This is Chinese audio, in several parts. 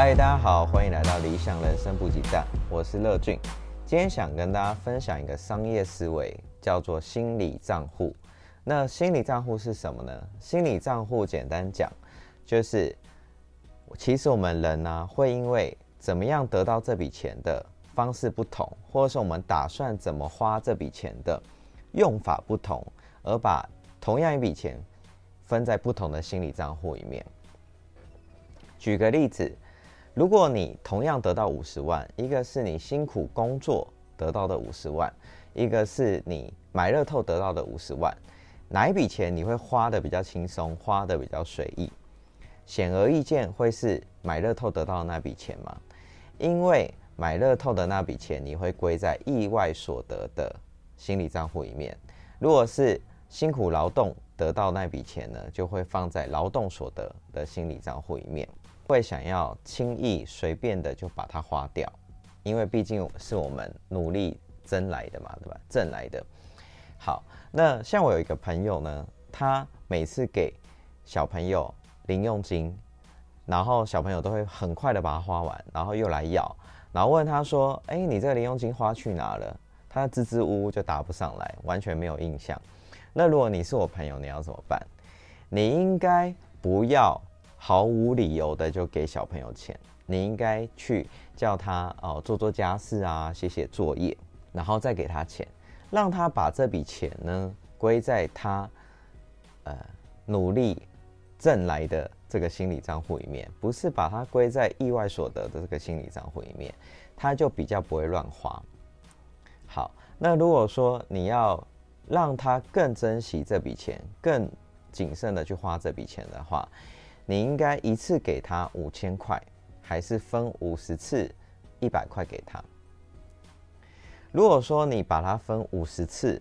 嗨，大家好，欢迎来到理想人生补给站，我是乐俊。今天想跟大家分享一个商业思维，叫做心理账户。那心理账户是什么呢？心理账户简单讲，就是其实我们人会因为怎么样得到这笔钱的方式不同，或者是我们打算怎么花这笔钱的用法不同，而把同样一笔钱分在不同的心理账户里面。举个例子，如果你同样得到50万，一个是你辛苦工作得到的50万，一个是你买乐透得到的50万，哪一笔钱你会花得比较轻松，花得比较随意？显而易见会是买乐透得到的那笔钱嘛，因为买乐透的那笔钱你会归在意外所得的心理账户里面，如果是辛苦劳动得到那笔钱呢，就会放在劳动所得的心理账户里面，会想要轻易随便的就把它花掉，因为毕竟是我们努力挣来的嘛，对吧？挣来的。好，那像我有一个朋友呢，他每次给小朋友零用金，然后小朋友都会很快的把它花完，然后又来要，然后问他说：“你这个零用金花去哪了？”他支支吾吾就答不上来，完全没有印象。那如果你是我朋友，你要怎么办？你应该不要毫无理由的就给小朋友钱，你应该去叫他做做家事啊，写写作业，然后再给他钱，让他把这笔钱呢归在他努力挣来的这个心理账户里面，不是把它归在意外所得的这个心理账户里面，他就比较不会乱花。好，那如果说你要让他更珍惜这笔钱，更谨慎的去花这笔钱的话，你应该一次给他5000块，还是分50次100块给他？如果说你把它分50次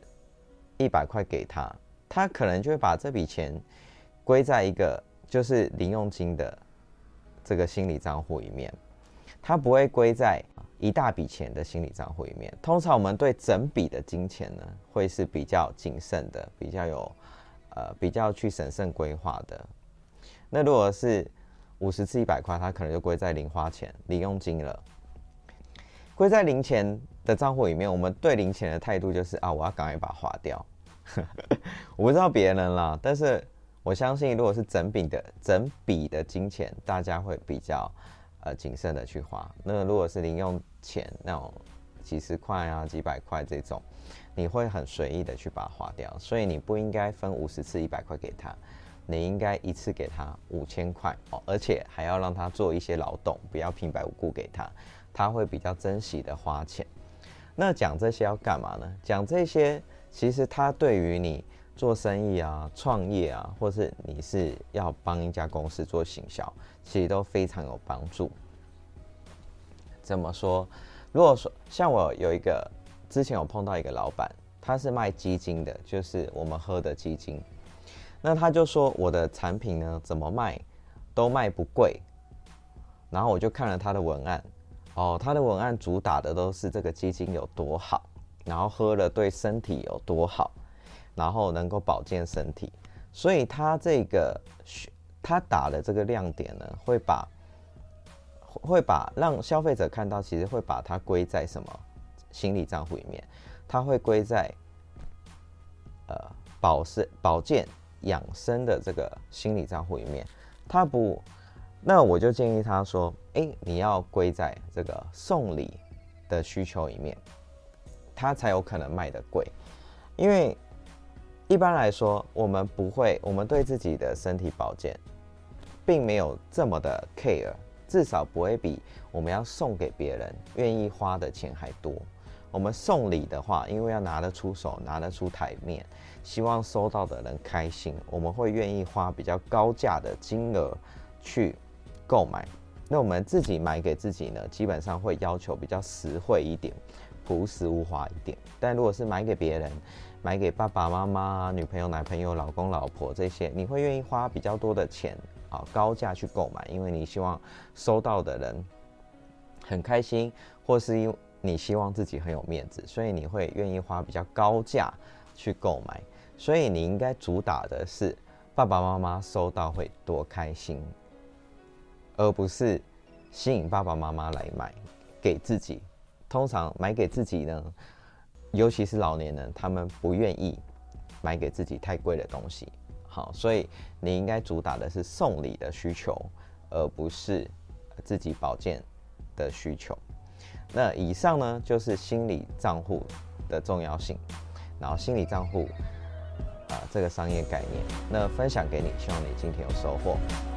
100块给他，他可能就会把这笔钱归在一个就是零用金的这个心理账户里面，他不会归在一大笔钱的心理账户里面。通常我们对整笔的金钱呢，会是比较谨慎的，比较去审慎规划的。那如果是50次100块，它可能就归在零花钱、零用金了。归在零钱的账户里面，我们对零钱的态度就是我要赶快把它花掉。我不知道别人啦，但是我相信，如果是整笔的金钱，大家会比较谨慎的去花。那如果是零用钱那种几十块啊、几百块这种，你会很随意的去把它花掉。所以你不应该分50次100块给他，你应该一次给他5000块而且还要让他做一些劳动，不要平白无故给他，他会比较珍惜的花钱。那讲这些要干嘛呢？讲这些其实他对于你做生意啊、创业啊，或是你是要帮一家公司做行销，其实都非常有帮助。怎么说？如果说像我之前有碰到一个老板，他是卖鸡精的，就是我们喝的鸡精。那他就说我的产品呢，怎么卖都卖不贵。然后我就看了他的文案，他的文案主打的都是这个鸡精有多好，然后喝了对身体有多好，然后能够保健身体。所以他打的这个亮点呢，会把让消费者看到，其实会把它归在什么心理账户里面？它会归在保健养生的这个心理账户里面。那我就建议他说，你要归在这个送礼的需求里面，它才有可能卖得贵。因为一般来说，我们对自己的身体保健并没有这么的 care， 至少不会比我们要送给别人愿意花的钱还多。我们送礼的话，因为要拿得出手、拿得出台面，希望收到的人开心，我们会愿意花比较高价的金额去购买。那我们自己买给自己呢，基本上会要求比较实惠一点，朴实无华一点。但如果是买给别人，买给爸爸妈妈、女朋友、男朋友、老公、老婆这些，你会愿意花比较多的钱高价去购买，因为你希望收到的人很开心，或是因为你希望自己很有面子，所以你会愿意花比较高价去购买。所以你应该主打的是爸爸妈妈收到会多开心，而不是吸引爸爸妈妈来买给自己。通常买给自己呢，尤其是老年人，他们不愿意买给自己太贵的东西。好，所以你应该主打的是送礼的需求，而不是自己保健的需求。那以上呢，就是心理账户的重要性，然后心理账户这个商业概念，那分享给你，希望你今天有收获。